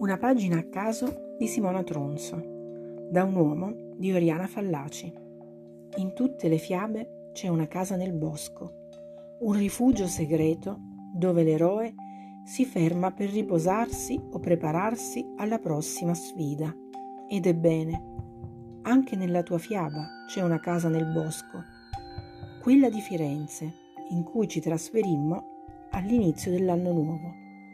Una pagina a caso di Simona Tronzo, da un uomo di Oriana Fallaci. In tutte le fiabe c'è una casa nel bosco, un rifugio segreto dove l'eroe si ferma per riposarsi o prepararsi alla prossima sfida. Ed ebbene, anche nella tua fiaba c'è una casa nel bosco, quella di Firenze, in cui ci trasferimmo all'inizio dell'anno nuovo,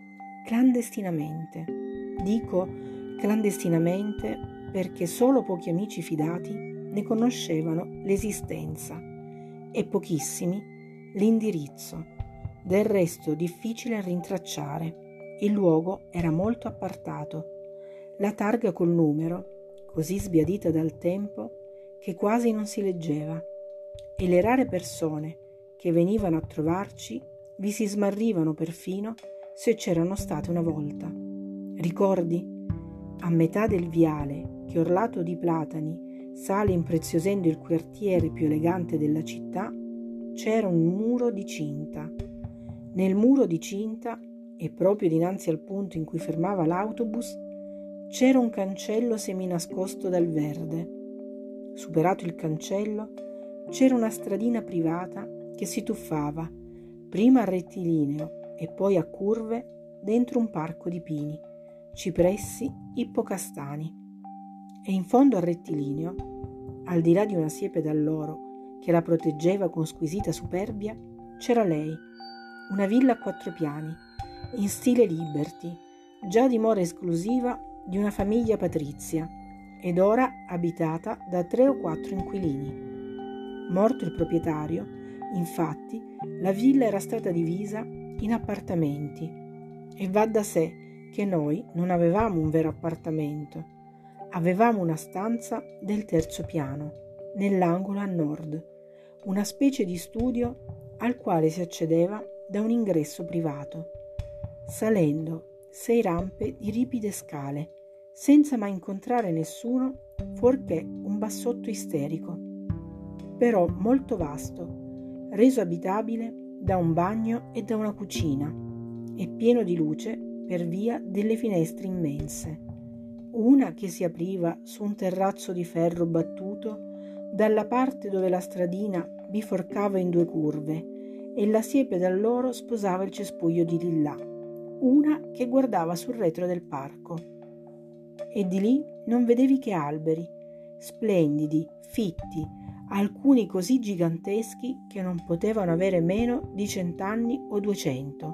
clandestinamente. Dico clandestinamente perché solo pochi amici fidati ne conoscevano l'esistenza e pochissimi l'indirizzo. Del resto difficile rintracciare. Il luogo era molto appartato. La targa col numero, così sbiadita dal tempo che quasi non si leggeva, e le rare persone che venivano a trovarci vi si smarrivano perfino se c'erano state una volta. Ricordi? A metà del viale che orlato di platani sale impreziosendo il quartiere più elegante della città, c'era un muro di cinta. Nel muro di cinta, e proprio dinanzi al punto in cui fermava l'autobus, c'era un cancello seminascosto dal verde. Superato il cancello, c'era una stradina privata che si tuffava, prima a rettilineo e poi a curve, dentro un parco di pini, cipressi, ippocastani. E in fondo al rettilineo, al di là di una siepe d'alloro che la proteggeva con squisita superbia, c'era lei, una villa a 4 piani, in stile Liberty, già dimora esclusiva di una famiglia patrizia, ed ora abitata da 3 o 4 inquilini. Morto il proprietario, infatti, la villa era stata divisa in appartamenti, e va da sé che noi non avevamo un vero appartamento, avevamo una stanza del 3° piano, nell'angolo a nord, una specie di studio al quale si accedeva da un ingresso privato, salendo 6 rampe di ripide scale, senza mai incontrare nessuno fuorché un bassotto isterico, però molto vasto, reso abitabile da un bagno e da una cucina, e pieno di luce per via delle finestre immense, una che si apriva su un terrazzo di ferro battuto dalla parte dove la stradina biforcava in 2 curve e la siepe d'alloro sposava il cespuglio di lillà, una che guardava sul retro del parco. E di lì non vedevi che alberi, splendidi, fitti, alcuni così giganteschi che non potevano avere meno di 100 anni o 200,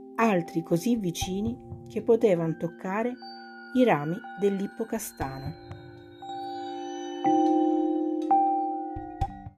altri così vicini che potevano toccare i rami dell'ippocastano.